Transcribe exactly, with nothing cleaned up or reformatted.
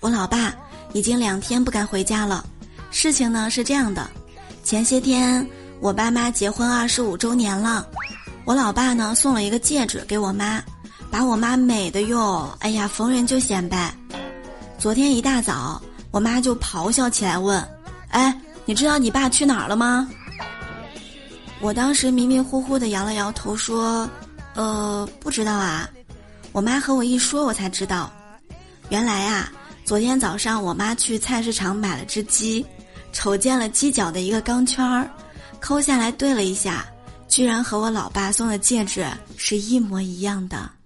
我老爸已经两天不敢回家了。事情呢是这样的，前些天我爸妈结婚二十五周年了，我老爸呢送了一个戒指给我妈，把我妈美的哟，哎呀，逢人就显摆。昨天一大早，我妈就咆哮起来问：哎，你知道你爸去哪儿了吗？我当时迷迷糊糊地摇了摇头说：呃，不知道啊。我妈和我一说，我才知道，原来啊，昨天早上我妈去菜市场买了只鸡，瞅见了鸡脚的一个钢圈儿，抠下来对了一下，居然和我老爸送的戒指是一模一样的。